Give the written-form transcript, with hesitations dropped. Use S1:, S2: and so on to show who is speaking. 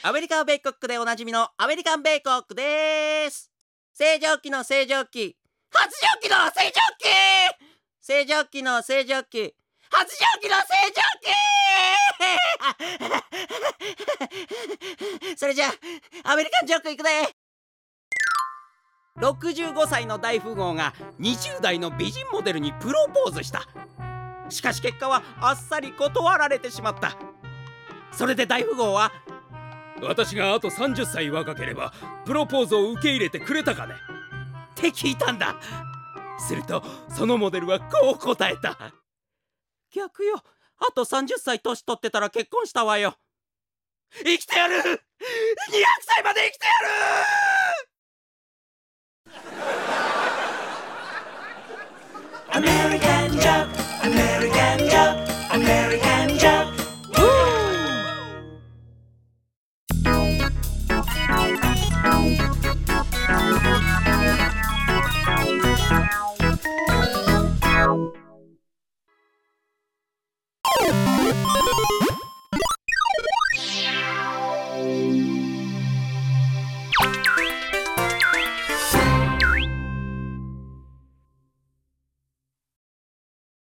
S1: アメリカンベイコックでおなじみのアメリカンベイコックです。星条旗の星条旗、発情期の星条旗、星条旗の星条旗、発情期の星条旗それじゃあアメリカンジョークいくで。65歳の大富豪が20代の美人モデルにプロポーズした。しかし結果はあっさり断られてしまった。それで大富豪は、
S2: 私があと30歳若ければプロポーズを受け入れてくれたかね
S1: って聞いたんだ。
S2: するとそのモデルはこう答えた。
S1: 逆よ、あと30歳年取ってたら結婚したわよ。生きてやる、200歳まで生きてやる。アメリカ